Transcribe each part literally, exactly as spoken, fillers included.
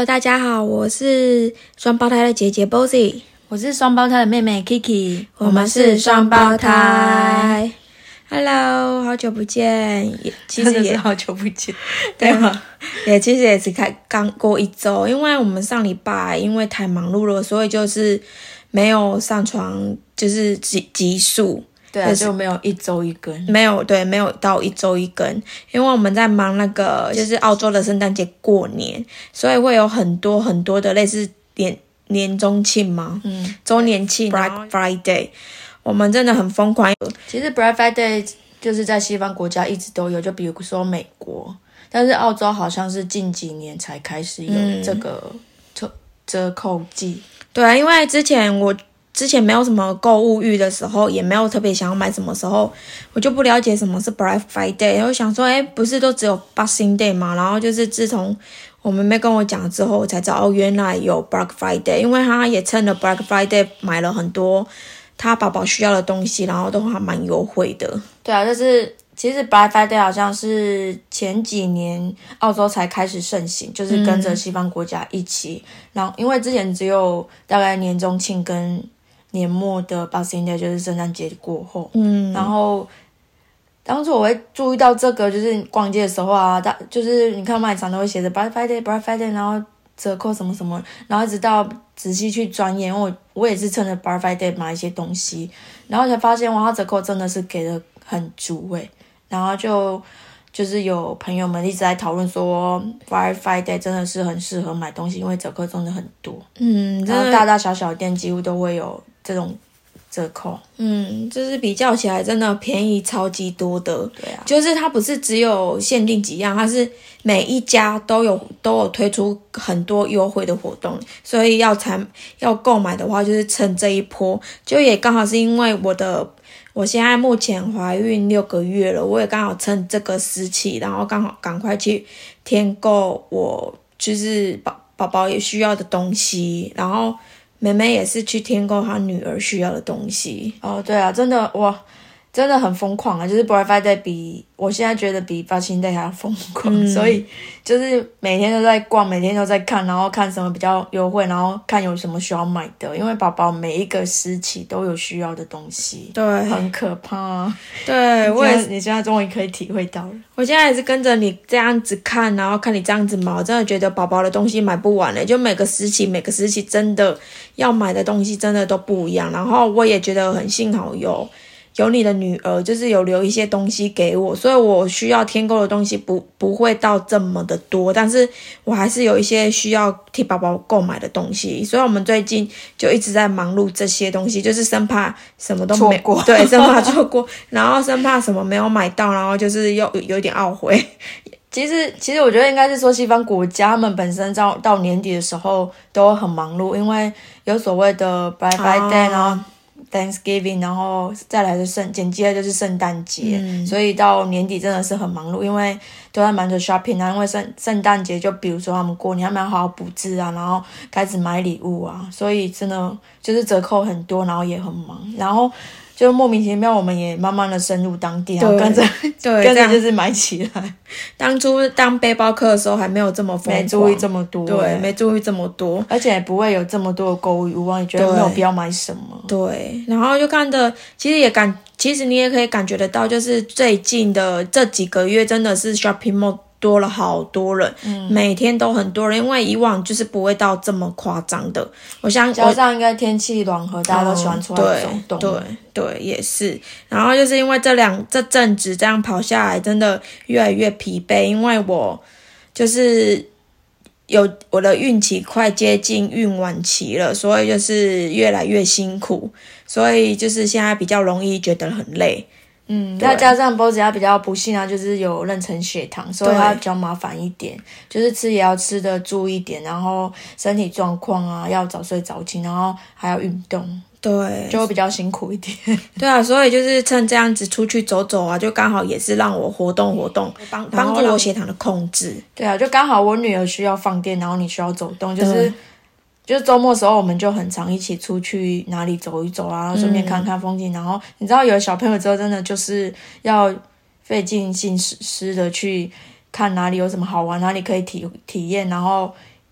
Hello， 大家好，我是双胞胎的姐姐 Bozy， 我是双胞胎的妹妹 Kiki， 我们是双胞胎。Hello， 好久不见，也其实也是好久不见， 对吗？也其实也是才刚过一周，因为我们上礼拜因为太忙碌了，所以就是没有上传，就是集集数。 对啊，就没有一周一更， 没有对，没有到一周一更，因为我们在忙那个就是澳洲的圣诞节过年，所以会有很多很多的类似年年中庆嘛，嗯，周年庆 Black Friday， 我们真的很疯狂。 其实 Black Friday 就是在西方国家一直都有，就比如说美国，但是澳洲好像是近几年才开始有这个折折扣季。 对啊，因为之前我。之前没有什么购物欲的时候，也没有特别想要买什么时候，我就不了解什么是 Black Friday， 然后想说，哎，不是都只有 Boxing Day 嘛？然后就是自从我妹妹跟我讲之后，我才知道哦，原来有 Black Friday， 因为她也趁了 Black Friday 买了很多她宝宝需要的东西，然后都还蛮优惠的。 对啊，就是其实 Black Friday 好像是前几年澳洲才开始盛行，就是跟着西方国家一起，嗯、然后因为之前只有大概年中庆跟年末的 Boxing Day 就是圣诞节过后，嗯，然后当初我会注意到这个，就是逛街的时候啊，大就是你看卖场都会写着 Black Friday Black Friday， 然后折扣什么什么，然后一直到仔细去钻研，我我也是趁着 Black Friday 买一些东西，然后才发现哇，它折扣真的是给的很足诶，然后就就是有朋友们一直在讨论说 Black Friday 真的是很适合买东西，因为折扣真的很多，嗯，然后大大小小店几乎都会有这种折扣， 嗯，就是比较起来真的便宜超级多的。 对啊， 就是它不是只有限定几样，它是每一家都有都有推出很多优惠的活动，所以要才要购买的话，就是趁这一波。就也刚好是因为我的我现在目前怀孕六个月了，我也刚好趁这个时期，然后刚好赶快去添购我就是宝宝宝也需要的东西，然后妹妹也是去添购她女儿需要的东西。 哦，对啊，真的哇，真的很疯狂啊！就是 Black Friday 比我现在觉得比 Boxing Day 还要疯狂，嗯、所以就是每天都在逛，每天都在看，然后看什么比较优惠，然后看有什么需要买的。因为宝宝每一个时期都有需要的东西， 对， 很可怕啊。 对，我也你现在终于可以体会到了。 我现在也是跟着你这样子看，然后看你这样子买，我真的觉得宝宝的东西买不完嘞，就每个时期每个时期真的要买的东西真的都不一样。然后我也觉得很幸好有有你的女儿，就是有留一些东西给我，所以我需要添购的东西不不会到这么的多，但是我还是有一些需要替宝宝购买的东西，所以我们最近就一直在忙碌这些东西，就是生怕什么都没错过， 对，生怕错过，然后生怕什么没有买到，然后就是又有有点懊悔。 其实，其实我觉得应该是说，西方国家他们本身到到年底的时候都很忙碌，因为有所谓的 Black Friday，、啊、然后Thanksgiving， 然后再来的圣，紧接着就是圣诞节、嗯，所以到年底真的是很忙碌，因为都在忙着 shopping 啊，因为圣圣诞节就比如说他们过年，他们要好好布置啊，然后开始买礼物啊，所以真的就是折扣很多，然后也很忙，然后就莫名其妙我们也慢慢的深入当地，然后跟着对跟着就是买起来。 当初当背包客的时候还没有这么疯狂， 没注意这么多， 对，没注意这么多， 而且也不会有这么多的购物欲望，也觉得没有必要买什么。 对，然后就看的，其实也感，其实你也可以感觉得到，就是最近的这几个月真的是 shopping mall多了好多人、嗯，每天都很多人，因为以往就是不会到这么夸张的。我想加上应该天气暖和，大家都喜欢出来走动。 对对对，也是。然后就是因为这两这阵子这样跑下来，真的越来越疲惫，因为我就是有我的孕期快接近孕晚期了，所以就是越来越辛苦，所以就是现在比较容易觉得很累。 嗯，再加上 Bozy 他比较不幸啊，就是有妊娠血糖，所以他比较麻烦一点，就是吃也要吃的注意点，然后身体状况啊要早睡早起，然后还要运动， 对， 就会比较辛苦一点。 对啊，所以就是趁这样子出去走走啊，就刚好也是让我活动活动，帮帮助我血糖的控制。 对啊，就刚好我女儿需要放电，然后你需要走动，就是就是周末的时候我们就很常一起出去哪里走一走啊，然后顺便看看风景、嗯、然后你知道有小朋友之后真的就是要费尽心思的去看哪里有什么好玩，哪里可以体体验，然后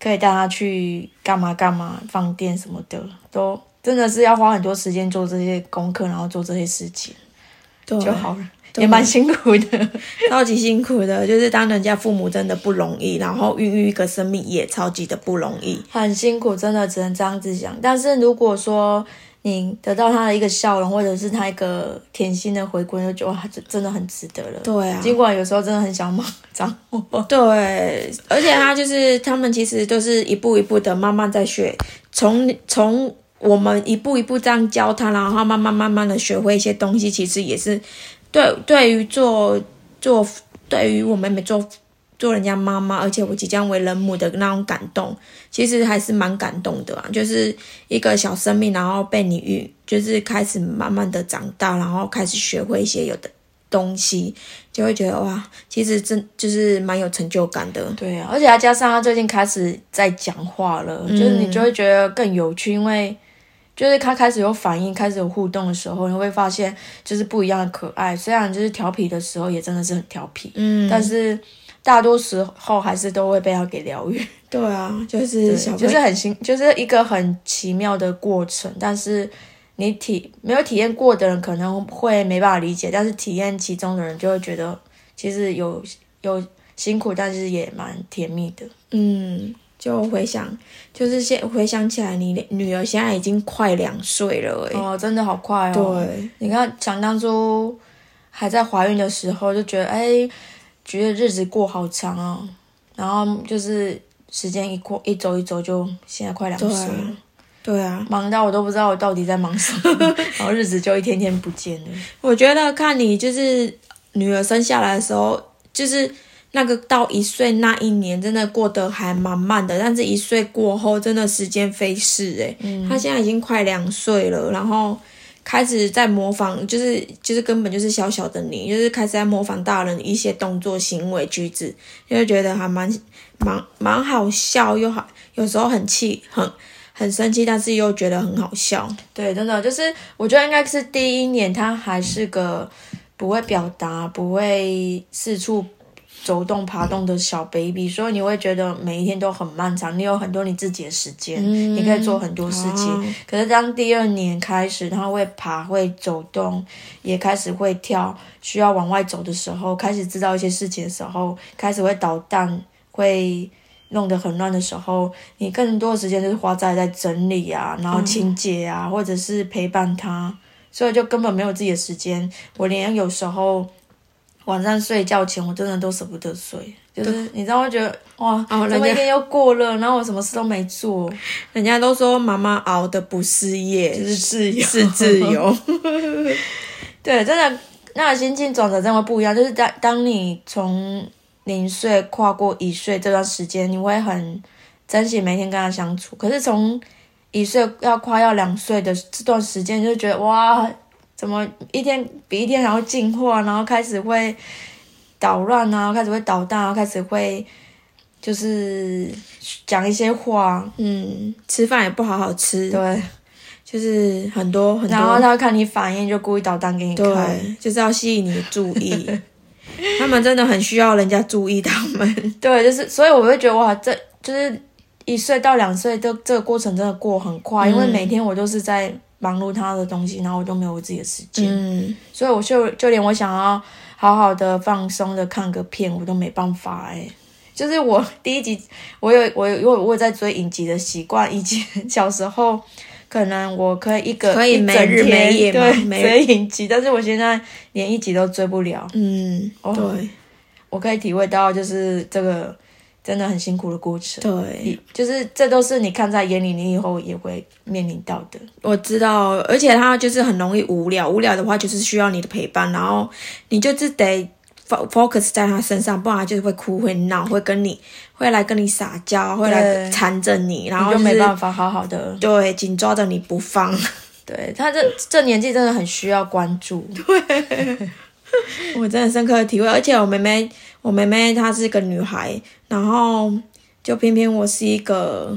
可以带他去干嘛干嘛，放电什么的，都真的是要花很多时间做这些功课，然后做这些事情， 对就好了。也蛮辛苦的， 超级辛苦的，就是当人家父母真的不容易，然后孕育一个生命也超级的不容易， 很辛苦，真的只能这样子讲。但是如果说你得到他的一个笑容，或者是他一个甜心的回归，就觉得哇，真的很值得了。 对啊， 尽管有时候真的很想骂脏话。 对，而且他就是他们其实都是一步一步的慢慢在学，从从我们一步一步这样教他，然后他慢慢慢慢的学会一些东西，其实也是。对，对于做做，对于我妹妹做做人家妈妈，而且我即将为人母的那种感动，其实还是蛮感动的啊。就是一个小生命，然后被你育，就是开始慢慢的长大，然后开始学会一些有的东西，就会觉得哇，其实真就是蛮有成就感的。 对啊，而且还加上他最近开始在讲话了，嗯、就是你就会觉得更有趣，因为。就是他开始有反应，开始有互动的时候，你会发现就是不一样的可爱。虽然就是调皮的时候也真的是很调皮，嗯，但是大多时候还是都会被他给疗愈。 对啊，就是小就是很新，就是一个很奇妙的过程。但是你体没有体验过的人可能会没办法理解，但是体验其中的人就会觉得其实有有辛苦，但是也蛮甜蜜的。 嗯。就回想，就是现回想起来，你女儿现在已经快两岁了哎、 欸，哦，真的好快哦。 对， 你看，想当初还在怀孕的时候，就觉得哎，觉得日子过好长哦，然后就是时间一过一走一走，就现在快两岁了。 对啊， 忙到我都不知道我到底在忙什么，然后日子就一天天不见了。 我觉得看你就是女儿生下来的时候，就是。那个到一岁那一年真的过得还蛮慢的，但是一岁过后真的时间飞逝诶、嗯、他现在已经快两岁了，然后开始在模仿，就是就是根本就是小小的你，就是开始在模仿大人的一些动作、行为、举止，就觉得还蛮蛮蛮好笑，又好有时候很气很很生气，但是又觉得很好笑。 对，真的就是我觉得应该是第一年他还是个不会表达、不会四处走动爬动的小 baby， 所以你会觉得每一天都很漫长，你有很多你自己的时间、嗯、你可以做很多事情、啊、可是当第二年开始他会爬会走动也开始会跳，需要往外走的时候，开始知道一些事情的时候，开始会捣蛋，会弄得很乱的时候，你更多的时间就是花在在整理啊，然后清洁啊、嗯、或者是陪伴他，所以就根本没有自己的时间。我连有时候晚上睡觉前我真的都舍不得睡，就是你知道会觉得哇，怎么一天又过了，然后我什么事都没做。 人家都说妈妈熬的不是夜， 就是自由， 是自由。 对，真的那个心境转折真的不一样，就是当当你从零岁跨过一岁这段时间，你会很珍惜每天跟他相处，可是从一岁要跨要两岁的这段时间，就觉得哇，怎么一天比一天还要进化，然后开始会捣乱啊，开始会捣蛋啊，开始会就是讲一些话， 嗯，吃饭也不好好吃， 对， 就是很多很多， 然后他会看你反应就故意捣蛋给你看， 对，就是要吸引你的注意。他们真的很需要人家注意他们。 对，就是所以我会觉得哇，这就是一岁到两岁的这个过程真的过很快、嗯、因为每天我都是在忙碌他的东西，然后我都没有我自己的时间，嗯，所以我就就连我想要好好的放松的看个片我都没办法哎、欸。就是我第一集我有我有我有在追影集的习惯，以前小时候可能我可以一个可以没日没夜对追影集，但是我现在连一集都追不了。 嗯，哦、对， 我可以体会到就是这个真的很辛苦的过程。 对， 就是这都是你看在眼里，你以后也会面临到的。 我知道，而且它就是很容易无聊，无聊的话就是需要你的陪伴，然后你就是得 focus 在他身上，不然他就是会哭会闹，会跟你会来跟你撒娇，会来缠着你，然后、就是、 你就没办法好好的对紧抓着你不放。 对，他这这年纪真的很需要关注。 对，我真的深刻的体会，而且我妹妹，我妹妹她是个女孩，然后就偏偏我是一个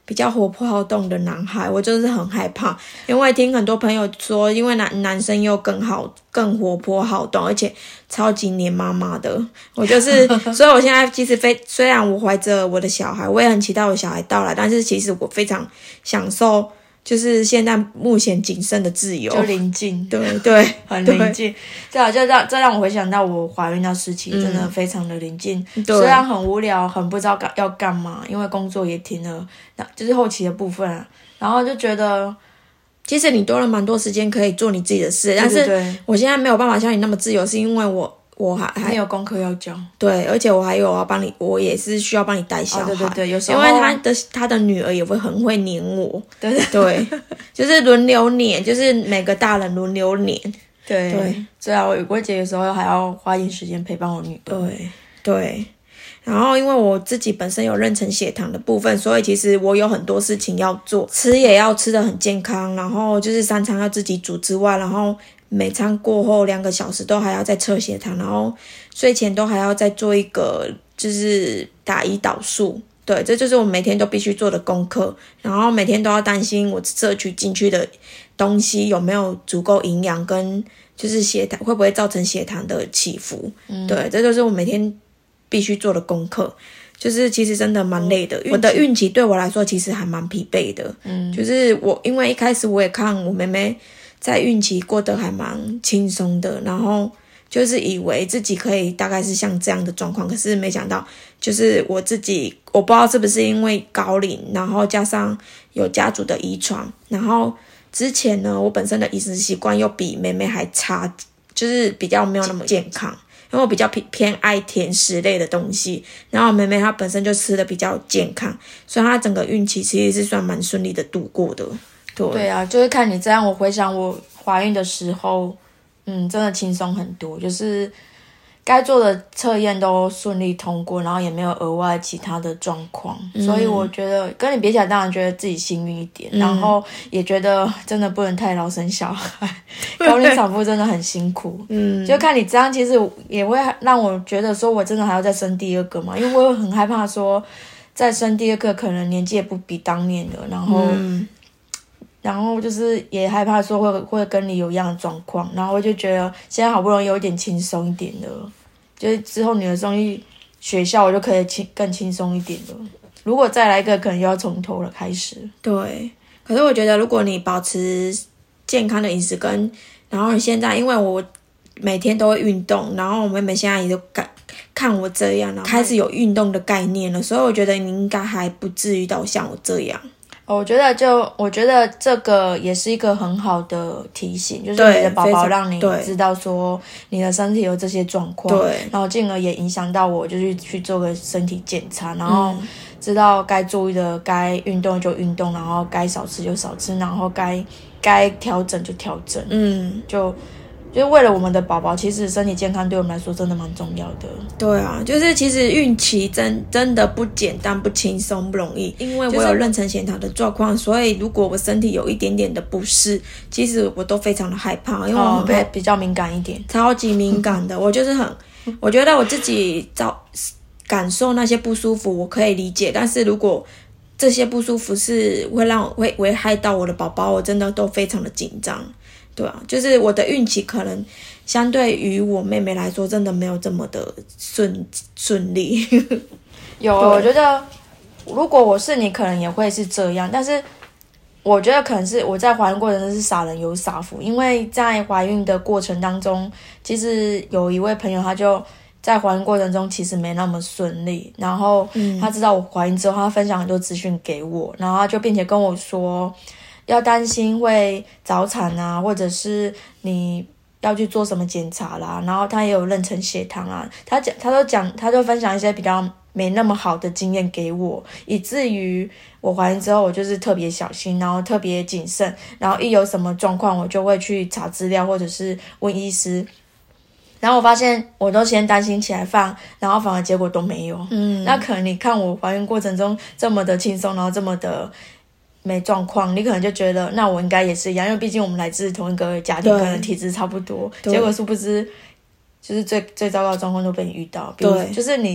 比较活泼好动的男孩，我就是很害怕，因为听很多朋友说，因为男男生又更好、更活泼好动，而且超级黏妈妈的。我就是，所以我现在其实非虽然我怀着我的小孩，我也很期待我小孩到来，但是其实我非常享受。就是现在目前仅剩的自由， 就临近， 对对， 很临近。对啊，就让这让我回想到我怀孕那时期，真的非常的临近。嗯、虽然很无聊，很不知道干要干嘛，因为工作也停了，那就是后期的部分啊。然后就觉得， 其实你多了蛮多时间可以做你自己的事，但是我现在没有办法像你那么自由，是因为我。我还还有功课要交， 对，而且我还有要帮你，我也是需要帮你带小孩，哦、 对对对，有时候因为他的他的女儿也会很会黏我， 对对对，就是轮流黏，就是每个大人轮流黏， 对对， 对啊，我我姐有时候还要花一点时间陪伴我女儿， 对对。然后因为我自己本身有妊娠血糖的部分，所以其实我有很多事情要做，吃也要吃得很健康，然后就是三餐要自己煮之外，然后每餐过后两个小时都还要再测血糖，然后睡前都还要再做一个就是打胰岛素，对，这就是我每天都必须做的功课，然后每天都要担心我摄取进去的东西有没有足够营养，跟就是血糖会不会造成血糖的起伏，嗯、对，这就是我每天必须做的功课，就是其实真的蛮累的。我的孕期对我来说其实还蛮疲惫的，嗯，就是我因为一开始我也看我妹妹在孕期过得还蛮轻松的，然后就是以为自己可以大概是像这样的状况，可是没想到就是我自己，我不知道是不是因为高龄，然后加上有家族的遗传，然后之前呢我本身的饮食习惯又比妹妹还差，就是比较没有那么健康。因为我比较偏偏爱甜食类的东西，然后妹妹她本身就吃的比较健康，所以她整个孕期其实是算蛮顺利的度过的。对对啊，就是看你这样，我回想我怀孕的时候，嗯，真的轻松很多，就是该做的测验都顺利通过，然后也没有额外其他的状况，嗯、所以我觉得跟你比起来，当然觉得自己幸运一点，嗯、然后也觉得真的不能太劳生小孩，高龄产妇真的很辛苦。嗯，就看你这样，其实也会让我觉得说我真的还要再生第二个嘛，因为我很害怕说再生第二个可能年纪也不比当年了，然后。嗯然后就是也害怕说会会跟你有一样的状况，然后我就觉得现在好不容易有一点轻松一点了，就是之后女儿送去学校，我就可以轻更轻松一点了。如果再来一个，可能又要从头了开始。 对，可是我觉得如果你保持健康的饮食跟，然后你现在因为我每天都会运动，然后我妹妹现在也就看看我这样，然后开始有运动的概念了，所以我觉得你应该还不至于到像我这样。 我觉得就我觉得这个也是一个很好的提醒，就是你的宝宝让你知道说你的身体有这些状况，对，然后进而也影响到我，就是去做个身体检查，然后知道该注意的，该运动就运动，然后该少吃就少吃，然后该该调整就调整，嗯，就。就是为了我们的宝宝，其实身体健康对我们来说真的蛮重要的。 对啊，就是其实孕期真真的不简单、不轻松、不容易。因为我有妊娠血糖的状况，所以如果我身体有一点点的不适，其实我都非常的害怕，因为我会、哦、比较敏感一点， 超级敏感的。我就是很，我觉得我自己找感受那些不舒服，我可以理解，但是如果这些不舒服是会让会危害到我的宝宝，我真的都非常的紧张。对啊，就是我的孕期可能相对于我妹妹来说，真的没有这么的顺顺利。 有，我觉得如果我是你，可能也会是这样。但是我觉得可能是我在怀孕过程中是傻人有傻福，因为在怀孕的过程当中，其实有一位朋友他就在怀孕过程中其实没那么顺利，然后他知道我怀孕之后，他分享很多资讯给我，然后他就并且跟我说。要担心会早产啊，或者是你要去做什么检查啦，然后他也有妊娠血糖啊，他讲他都讲，他就分享一些比较没那么好的经验给我，以至于我怀孕之后我就是特别小心，然后特别谨慎，然后一有什么状况我就会去查资料或者是问医师。然后我发现我都先担心起来放，然后反而结果都没有。嗯，那可能你看我怀孕过程中这么的轻松，然后这么的没状况，你可能就觉得那我应该也是一样，因为毕竟我们来自同一个家庭，可能体质差不多。结果殊不知，就是最最糟糕的状况都被你遇到。比如对，就是你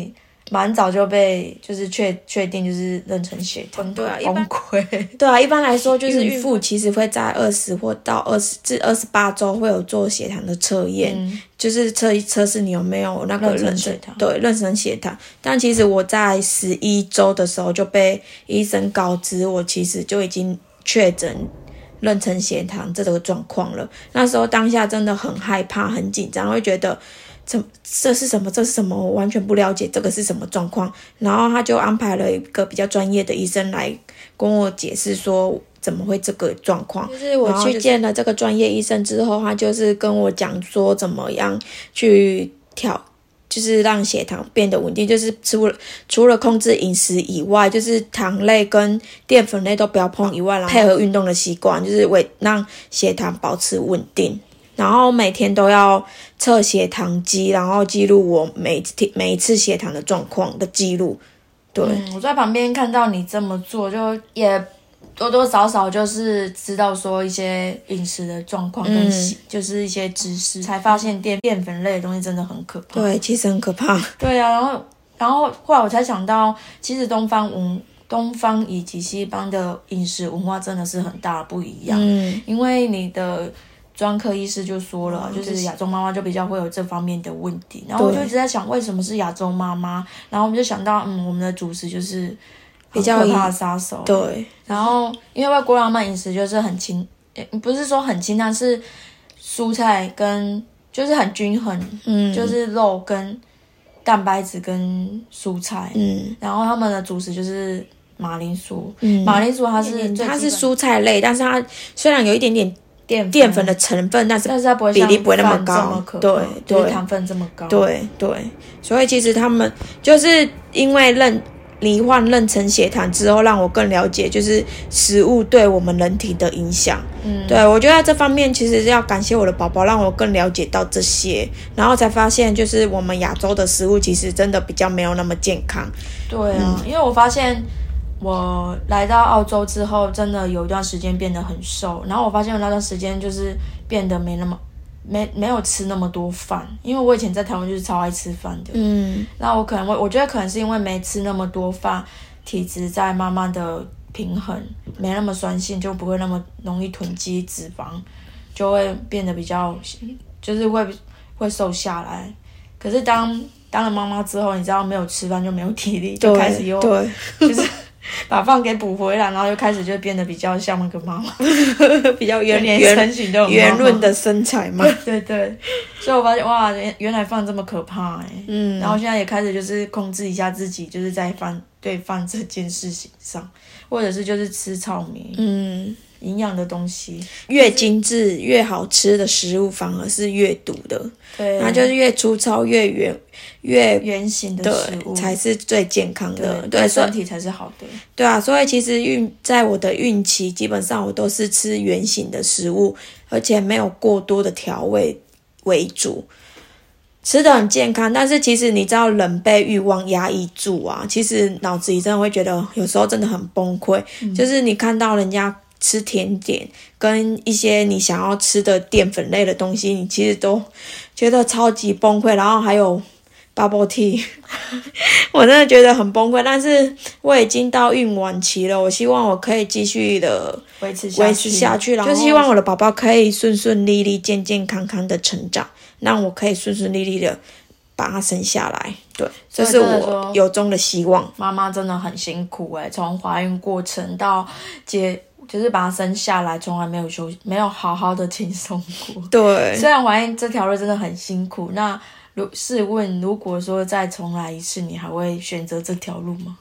蛮早就被就是确确定就是妊娠血糖， 对啊， 崩溃。 对啊，一般来说就是孕妇其实会在二十或到二十至二十八周会有做血糖的测验，嗯、就是测测试你有没有那个妊娠血糖，对妊娠血糖。但其实我在十一周的时候就被医生告知，我其实就已经确诊妊娠血糖这个状况了。那时候当下真的很害怕、很紧张，会觉得。这这是什么？这是什么？我完全不了解这个是什么状况。然后他就安排了一个比较专业的医生来跟我解释说怎么会这个状况。就是我去见了这个专业医生之后，他就是跟我讲说怎么样去调，就是让血糖变得稳定。就是除了除了控制饮食以外，就是糖类跟淀粉类都不要碰以外，然后配合运动的习惯，就是为让血糖保持稳定。然后每天都要测血糖机，然后记录我每天每一次血糖的状况的记录。对、 嗯，我在旁边看到你这么做，就也多多少少就是知道说一些饮食的状况跟、嗯、就是一些知识，才发现淀淀粉类的东西真的很可怕。 对，其实很可怕。 对啊，然后然后后来我才想到，其实东方文东方以及西方的饮食文化真的是很大的不一样。嗯，因为你的。专科医师就说了，就是亚洲妈妈就比较会有这方面的问题，然后我就一直在想为什么是亚洲妈妈，然后我们就想到，嗯，我们的主食就是比较可怕的杀手， 对。 然后因为外国人他们饮食就是很清，不是说很清淡，是蔬菜跟就是很均衡，嗯，就是肉跟蛋白质跟蔬菜，嗯，然后他们的主食就是马铃薯，嗯，马铃薯它是它是蔬菜类，但是它虽然有一点点。淀淀粉的成分，但是但是它不会比例不会那么高，对对， 糖分这么高， 对对，所以其实他们就是因为妊罹患妊娠血糖之后，让我更了解就是食物对我们人体的影响。嗯，对我觉得这方面其实要感谢我的宝宝，让我更了解到这些，然后才发现就是我们亚洲的食物其实真的比较没有那么健康。 对啊，嗯、因为我发现。我来到澳洲之后，真的有一段时间变得很瘦，然后我发现我那段时间就是变得没那么没没有吃那么多饭，因为我以前在台湾就是超爱吃饭的，嗯，那我可能会我觉得可能是因为没吃那么多饭，体质在慢慢的平衡，没那么酸性，就不会那么容易囤积脂肪，就会变得比较就是会会瘦下来。可是当当了妈妈之后，你知道没有吃饭就没有体力，就开始又对就是。把饭给补回来，然后又开始就变得比较像那个妈妈， 比较圆圆圆润的身材嘛。 对对对，所以我发现哇，原原来饭这么可怕哎、欸。嗯，然后现在也开始就是控制一下自己，就是在饭对饭这件事情上，或者是就是吃糙米，嗯，营养的东西， 越精致越好吃的食物反而是越毒的。 对， 它就是越粗糙越圆越圆形的食物才是最健康的， 对，对身体才是好的。 对啊，所以其实孕在我的孕期，基本上我都是吃圆形的食物，而且没有过多的调味为主，吃得很健康。但是其实你知道，人被欲望压抑住啊，其实脑子里真的会觉得有时候真的很崩溃。嗯、就是你看到人家吃甜点跟一些你想要吃的淀粉类的东西，你其实都觉得超级崩溃。然后还有 bubble tea 我真的觉得很崩溃，但是我已经到孕晚期了，我希望我可以继续的维持维持下去，然后就希望我的宝宝可以顺顺利利健健康康的成长，让我可以顺顺利利的把他生下来。对，这是我由衷的希望。 妈妈真的很辛苦诶、欸、从怀孕过程到接就是把他生下来，从来没有休没有好好的轻松过。 对， 虽然怀孕这条路真的很辛苦，那如试问，如果说再重来一次，你还会选择这条路吗？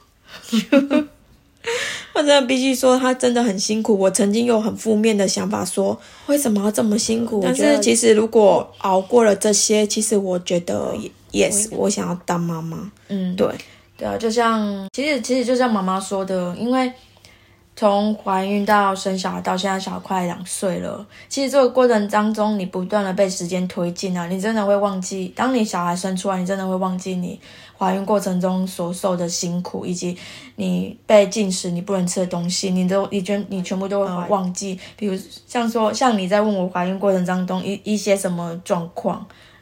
我真的必须说，他真的很辛苦。我曾经有很负面的想法说，为什么要这么辛苦？但是其实如果熬过了这些，其实我觉得 yes， 我想要当妈妈。嗯，对， 对啊，就像其实其实就像妈妈说的，因为从怀孕到生小孩到现在小孩快两岁了，其实这个过程当中，你不断的被时间推进啊，你真的会忘记，当你小孩生出来，你真的会忘记你怀孕过程中所受的辛苦，以及你被禁食你不能吃的东西，你都你全你全部都会忘记。比如像说，像你在问我怀孕过程当中一一些什么状况，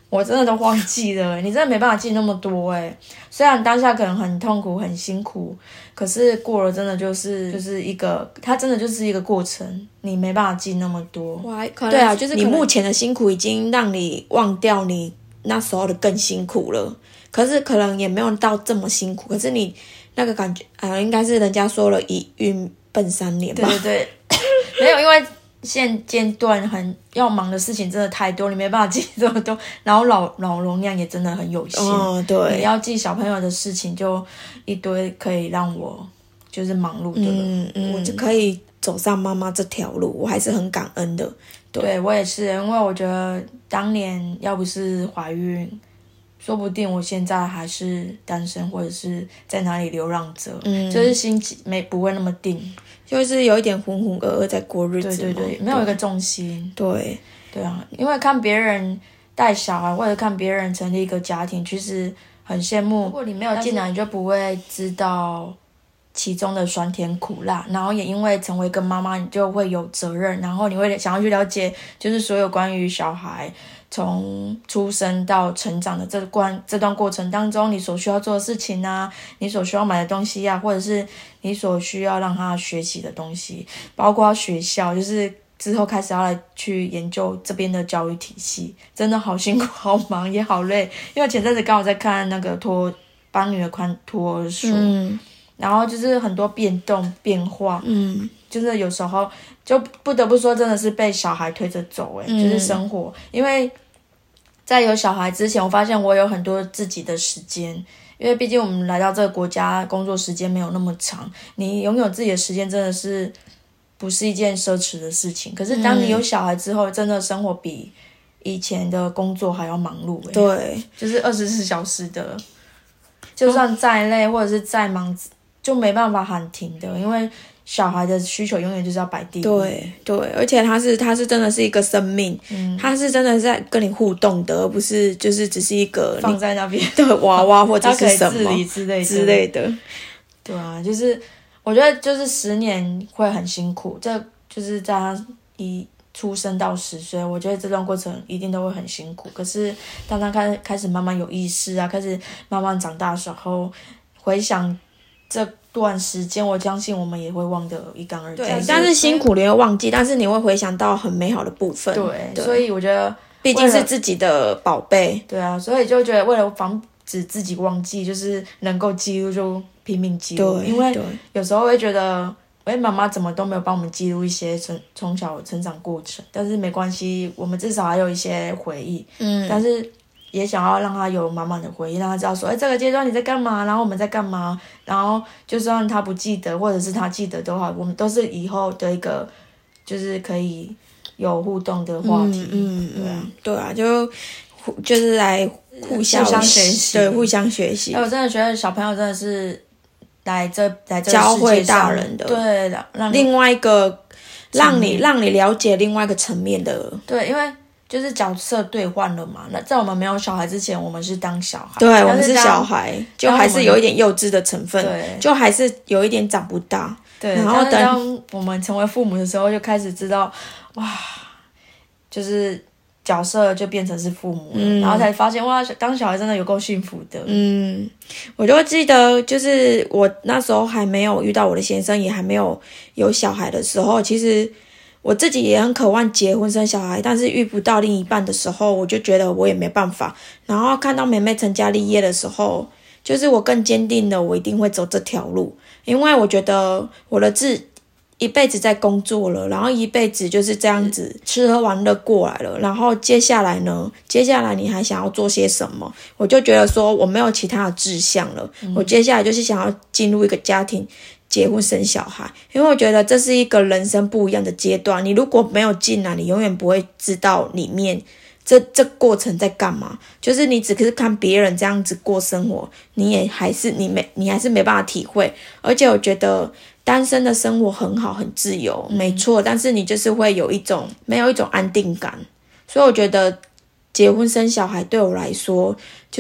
我真的都忘记了，你真的没办法记那么多哎。虽然当下可能很痛苦、很辛苦，可是过了真的就是就是一个，它真的就是一个过程，你没办法记那么多。 对啊，就是你目前的辛苦已经让你忘掉你那时候的更辛苦了，可是可能也没有到这么辛苦，可是你那个感觉，呃，应该是人家说了一孕奔三年吧？ 对对对，没有，因为现阶段很要忙的事情真的太多，你没办法记这么多，然后脑脑容量也真的很有限。 哦，对， 你要记小朋友的事情就一堆可以让我就是忙碌的了。 嗯嗯，我就可以走上妈妈这条路，我还是很感恩的。对， 对我也是，因为我觉得当年要不是怀孕，说不定我现在还是单身，或者是在哪里流浪着，嗯，就是心情没不会那么定。 就是有一点浑浑噩噩在过日子， 对对对，没有一个重心。 对对啊，因为看别人带小孩，或者看别人成立一个家庭，其实很羡慕。如果你没有进来，你就不会知道其中的酸甜苦辣。然后也因为成为一个妈妈，你就会有责任，然后你会想要去了解，就是所有关于小孩从出生到成长的这段这段过程当中，你所需要做的事情啊，你所需要买的东西啊，或者是你所需要让他学习的东西，包括学校，就是之后开始要来去研究这边的教育体系，真的好辛苦、好忙也好累。因为前阵子刚好在看那个托帮女儿看托儿所，嗯，然后就是很多变动变化，嗯，就是有时候就不得不说，真的是被小孩推着走、欸，哎、嗯，就是生活，因为在有小孩之前，我发现我有很多自己的时间，因为毕竟我们来到这个国家，工作时间没有那么长，你拥有自己的时间真的是不是一件奢侈的事情。可是当你有小孩之后，真的生活比以前的工作还要忙碌、欸， 对， 就是二十四小时的，就算再累或者是再忙，就没办法喊停的，因为小孩的需求永远就是要摆第一。 对对，而且他是他是真的是一个生命，嗯，他是真的在跟你互动的，而不是就是只是一个放在那边的娃娃或者是什么他可以自理之类的之类的。 对啊，就是我觉得就是十年会很辛苦，这就是在他一出生到十岁，我觉得这段过程一定都会很辛苦。可是当他开开始慢慢有意识啊，开始慢慢长大的时候，回想这段时间，我相信我们也会忘得一干二净。 对，但是辛苦你会忘记，但是你会回想到很美好的部分。 对，对，所以我觉得毕竟是自己的宝贝。 对啊，所以就觉得为了防止自己忘记，就是能够记录就拼命记录。因为有时候会觉得，哎，妈妈怎么都没有帮我们记录一些从从小成长过程，但是没关系，我们至少还有一些回忆。嗯，但是也想要让他有满满的回忆，让他知道说，哎，这个阶段你在干嘛，然后我们在干嘛，然后就算他不记得，或者是他记得都好，我们都是以后的一个，就是可以有互动的话题。嗯嗯，对啊， 对啊，就就是来互相互相学习， 对，互相学习。 哎，我真的觉得小朋友真的是来这来这教会大人的， 对，让另外一个让你让你了解另外一个层面的， 对，因为。就是角色兑换了嘛，那在我们没有小孩之前，我们是当小孩， 对，我们是小孩，就还是有一点幼稚的成分，对，就还是有一点长不大， 对。然后当我们成为父母的时候，就开始知道，哇，就是角色就变成是父母了，嗯，然后才发现哇，当小孩真的有够幸福的。 嗯，我就记得，就是我那时候还没有遇到我的先生，也还没有有小孩的时候，其实。我自己也很渴望结婚生小孩，但是遇不到另一半的时候，我就觉得我也没办法。然后看到妹妹成家立业的时候，就是我更坚定了我一定会走这条路，因为我觉得我的自一辈子在工作了，然后一辈子就是这样子吃喝玩乐过来了，然后接下来呢？接下来你还想要做些什么？我就觉得说我没有其他的志向了，嗯，我接下来就是想要进入一个家庭。结婚生小孩，因为我觉得这是一个人生不一样的阶段。你如果没有进来，你永远不会知道里面这这过程在干嘛。就是你只是看别人这样子过生活，你也还是你没你还是没办法体会。而且我觉得单身的生活很好，很自由，没错。但是你就是会有一种没有一种安定感，所以我觉得结婚生小孩对我来说就是。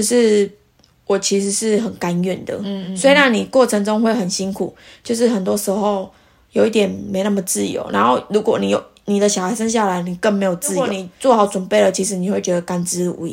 我其实是很甘愿的，嗯嗯，虽然你过程中会很辛苦，就是很多时候有一点没那么自由。然后如果你有你的小孩生下来，你更没有自由。如果你做好准备了，其实你会觉得甘之如饴。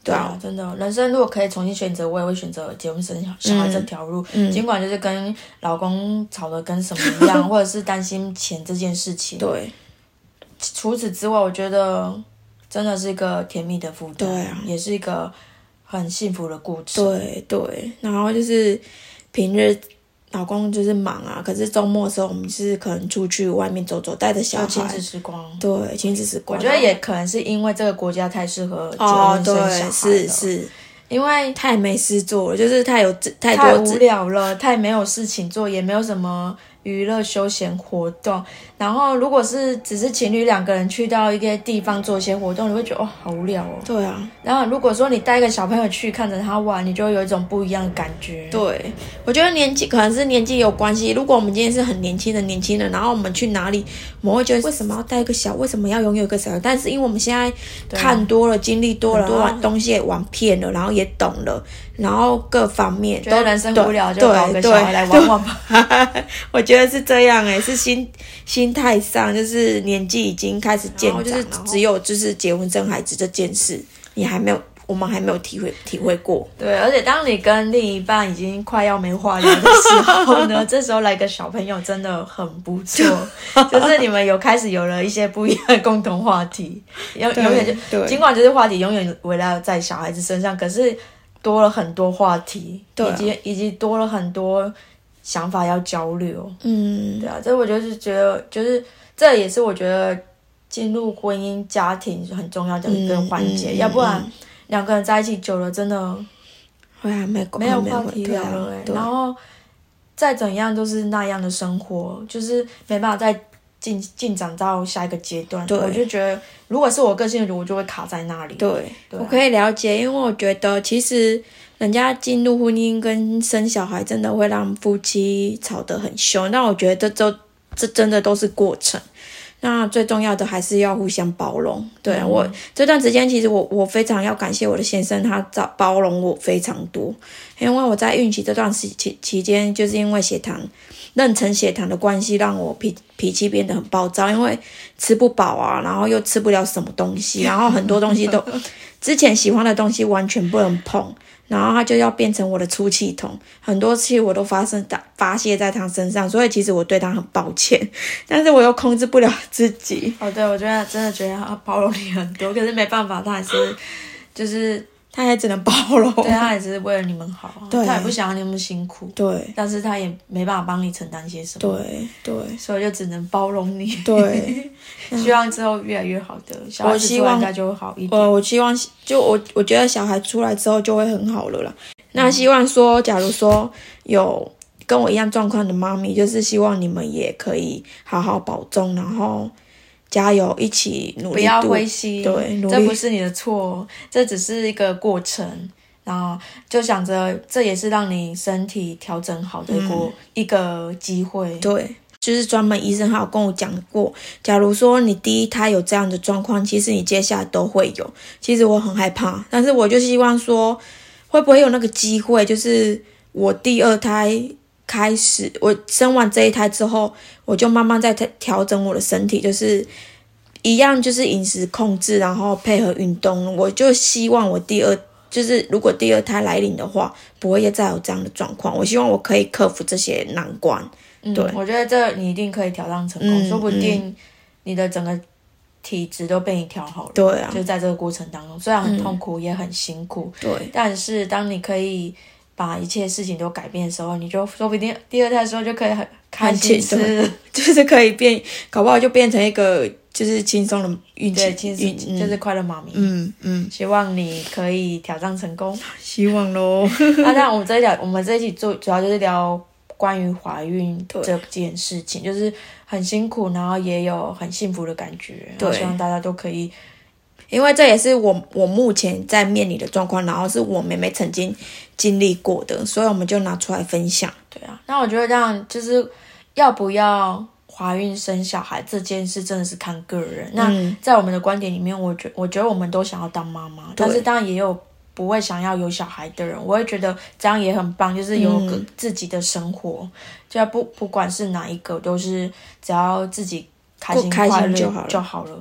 对啊， 真的，人生如果可以重新选择，我也会选择结婚生小孩这条路。嗯，尽管就是跟老公吵得跟什么一样，或者是担心钱这件事情。 对。 除此之外，我觉得真的是一个甜蜜的负担，对啊，也是一个很幸福的过程。 对对，然后就是平日老公就是忙啊，可是周末的时候我们是可能出去外面走走，带着小孩， 亲子时光。 对，亲子时光。 我觉得也可能是因为这个国家太适合结婚生小孩了， 哦、对，是是。 因为太没事做了，就是太有太多太无聊了，太没有事情做，也没有什么娱乐休闲活动。然后如果是只是情侣两个人去到一个地方做一些活动，你会觉得哦好无聊哦。 对啊。 然后如果说你带一个小朋友去看着他玩，你就会有一种不一样的感觉。 对，我觉得年纪可能是年纪有关系。如果我们今天是很年轻的年轻人，然后我们去哪里，我们会觉得为什么要带一个小，为什么要拥有一个小孩？但是因为我们现在看多了，经历多了，多东西也玩遍了，然后也懂了，然后各方面觉得人生无聊就搞个小孩来玩玩吧。 我觉得是这样哎、欸，是心心态上，就是年纪已经开始渐长，就是只有就是结婚生孩子这件事，你还没有，我们还没有体会体会过。 对，而且当你跟另一半已经快要没话聊的时候呢，这时候来个小朋友真的很不错，就是你们有开始有了一些不一样的共同话题，永永远就尽管就是话题永远围绕在小孩子身上，可是多了很多话题， 对、啊， 以及以及多了很多想法要交流。 嗯， 对啊，这我就是觉得，就是这也是我觉得进入婚姻家庭很重要的一个环节，嗯嗯、要不然两个人在一起久了，真的会还没没有话题聊了、欸。然后再怎样都是那样的生活，就是没办法再进进展到下一个阶段。我就觉得，如果是我个性的，我就会卡在那里。 对，对啊、我可以了解，因为我觉得其实人家进入婚姻跟生小孩，真的会让夫妻吵得很凶。但我觉得这都这真的都是过程。那最重要的还是要互相包容。对、啊嗯、我这段时间，其实我我非常要感谢我的先生，他包容我非常多。因为我在孕期这段时期期间，就是因为血糖妊娠血糖的关系，让我脾脾气变得很暴躁，因为吃不饱啊，然后又吃不了什么东西，然后很多东西都之前喜欢的东西完全不能碰。然后他就要变成我的出气筒，很多气我都发生发泄在他身上，所以其实我对他很抱歉，但是我又控制不了自己。 哦，对，我觉得真的觉得他包容你很多，可是没办法，他还是就是他还只能包容， 对，他也是为了你们好，他也不想要你们辛苦， 对， 但是他也没办法帮你承担些什么，对对， 所以就只能包容你， 对。 希望之后越来越好的，小孩子出来应该就会好一点。 我我希望就我我觉得小孩出来之后就会很好了啦。那希望说，假如说有跟我一样状况的妈咪，就是希望你们也可以好好保重，然后加油，一起努力， 不要灰心。 对， 这不是你的错，这只是一个过程。然后就想着，这也是让你身体调整好的一个、嗯、一个机会。 对。就是专门医生还有跟我讲过，假如说你第一胎有这样的状况，其实你接下来都会有。其实我很害怕，但是我就希望说，会不会有那个机会，就是我第二胎开始，我生完这一胎之后，我就慢慢在调整我的身体，就是一样，就是饮食控制，然后配合运动。我就希望我第二，就是如果第二胎来临的话，不会再有这样的状况。我希望我可以克服这些难关。对、 嗯，我觉得这你一定可以挑战成功，嗯、说不定你的整个体质都被你调好了。 对啊， 就在这个过程当中，虽然很痛苦，嗯、也很辛苦， 对， 但是当你可以把一切事情都改变的时候，你就说不定第二胎的时候就可以很开心吃， 就是可以变，搞不好就变成一个就是轻松的孕期， 对，轻松、嗯、就是快乐妈咪。 嗯嗯， 希望你可以挑战成功， 希望咯。 那当然，我们这一聊，我们这一期做主要就是聊关于怀孕这件事情，就是很辛苦，然后也有很幸福的感觉。对，希望大家都可以， 因为这也是我我目前在面临的状况，然后是我妹妹曾经经历过的，所以我们就拿出来分享。 对啊，那我觉得这样就是要不要怀孕生小孩这件事真的是看个人。那在我们的观点里面，我觉我觉得我们都想要当妈妈，但是当然也有不会想要有小孩的人，我会觉得这样也很棒，就是有个自己的生活，嗯、就不不管是哪一个，都是只要自己开心快乐就好了。就好了。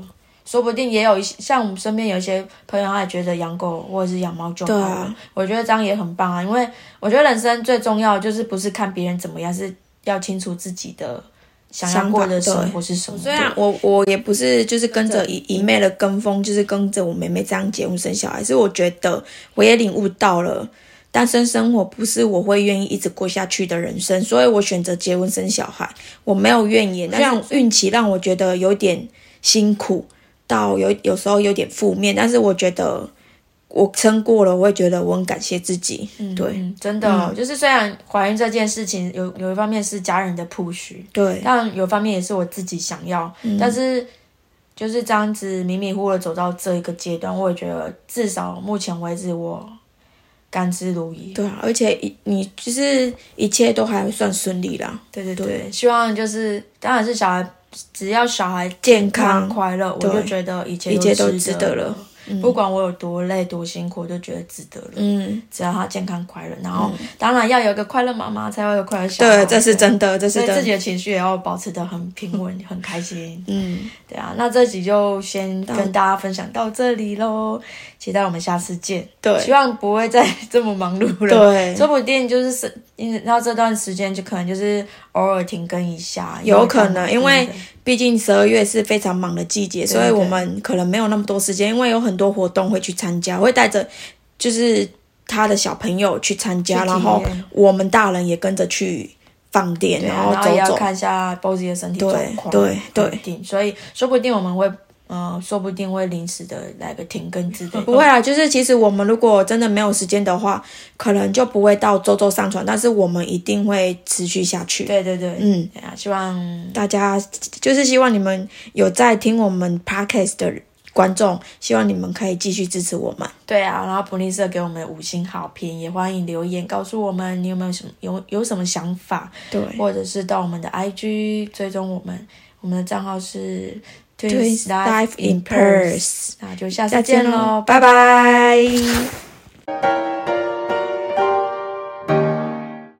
说不定也有一些像我们身边有一些朋友，他也觉得养狗或者是养猫就好了。 啊、 我觉得这样也很棒啊，因为我觉得人生最重要的就是不是看别人怎么样，是要清楚自己的想要过的生活是什么。 虽然我我也不是就是跟着一一昧的跟风，就是跟着我妹妹这样结婚生小孩，是我觉得我也领悟到了。单身生活不是我会愿意一直过下去的人生，所以我选择结婚生小孩，我没有怨言。这样孕期让我觉得有点辛苦，到有有时候有点负面，但是我觉得我撑过了，我会觉得我很感谢自己。 嗯， 对， 嗯、真的、哦嗯，就是虽然怀孕这件事情有有一方面是家人的 push， 对， 但有一方面也是我自己想要，嗯、但是就是这样子迷迷糊糊的走到这一个阶段，我也觉得至少目前为止我甘之如饴。 对啊，而且你就是一切都还算顺利啦。 对对 对, 对，希望就是当然是小孩，只要小孩健康快乐，我就觉得一切一切都值得了。 嗯、不管我有多累多辛苦，我就觉得值得了。嗯，只要他健康快乐，然后、嗯、当然要有一个快乐妈妈，才会有快乐小孩。 对，这是真的，这是真的。 所以自己的情绪也要保持得很平稳，很开心。嗯，对啊，那这集就先跟大家分享到这里咯，期待我们下次见。 对， 希望不会再这么忙碌了。 对， 说不定就是然后这段时间就可能就是偶尔停更一下， 有可能，因为毕竟十二月是非常忙的季节，所以我们可能没有那么多时间，因为有很多活动会去参加，会带着就是他的小朋友去参加，然后我们大人也跟着去放电，然后走走， 也要看一下 Bozy 的身体状况， 对对对， 所以说不定我们会。呃，说不定会临时的来个停更之类的。 不会啊，就是其实我们如果真的没有时间的话，可能就不会到周周上传，但是我们一定会持续下去。 对对对，嗯，对啊，希望大家就是希望你们有在听我们 podcast 的观众，希望你们可以继续支持我们。 对啊，然后普利社给我们五星好评，也欢迎留言告诉我们你有没有什么有有什么想法， 对， 或者是到我们的 I G 追踪我们，我们的账号是。 Twins Life in Perth， 那就下次见喽， 拜拜。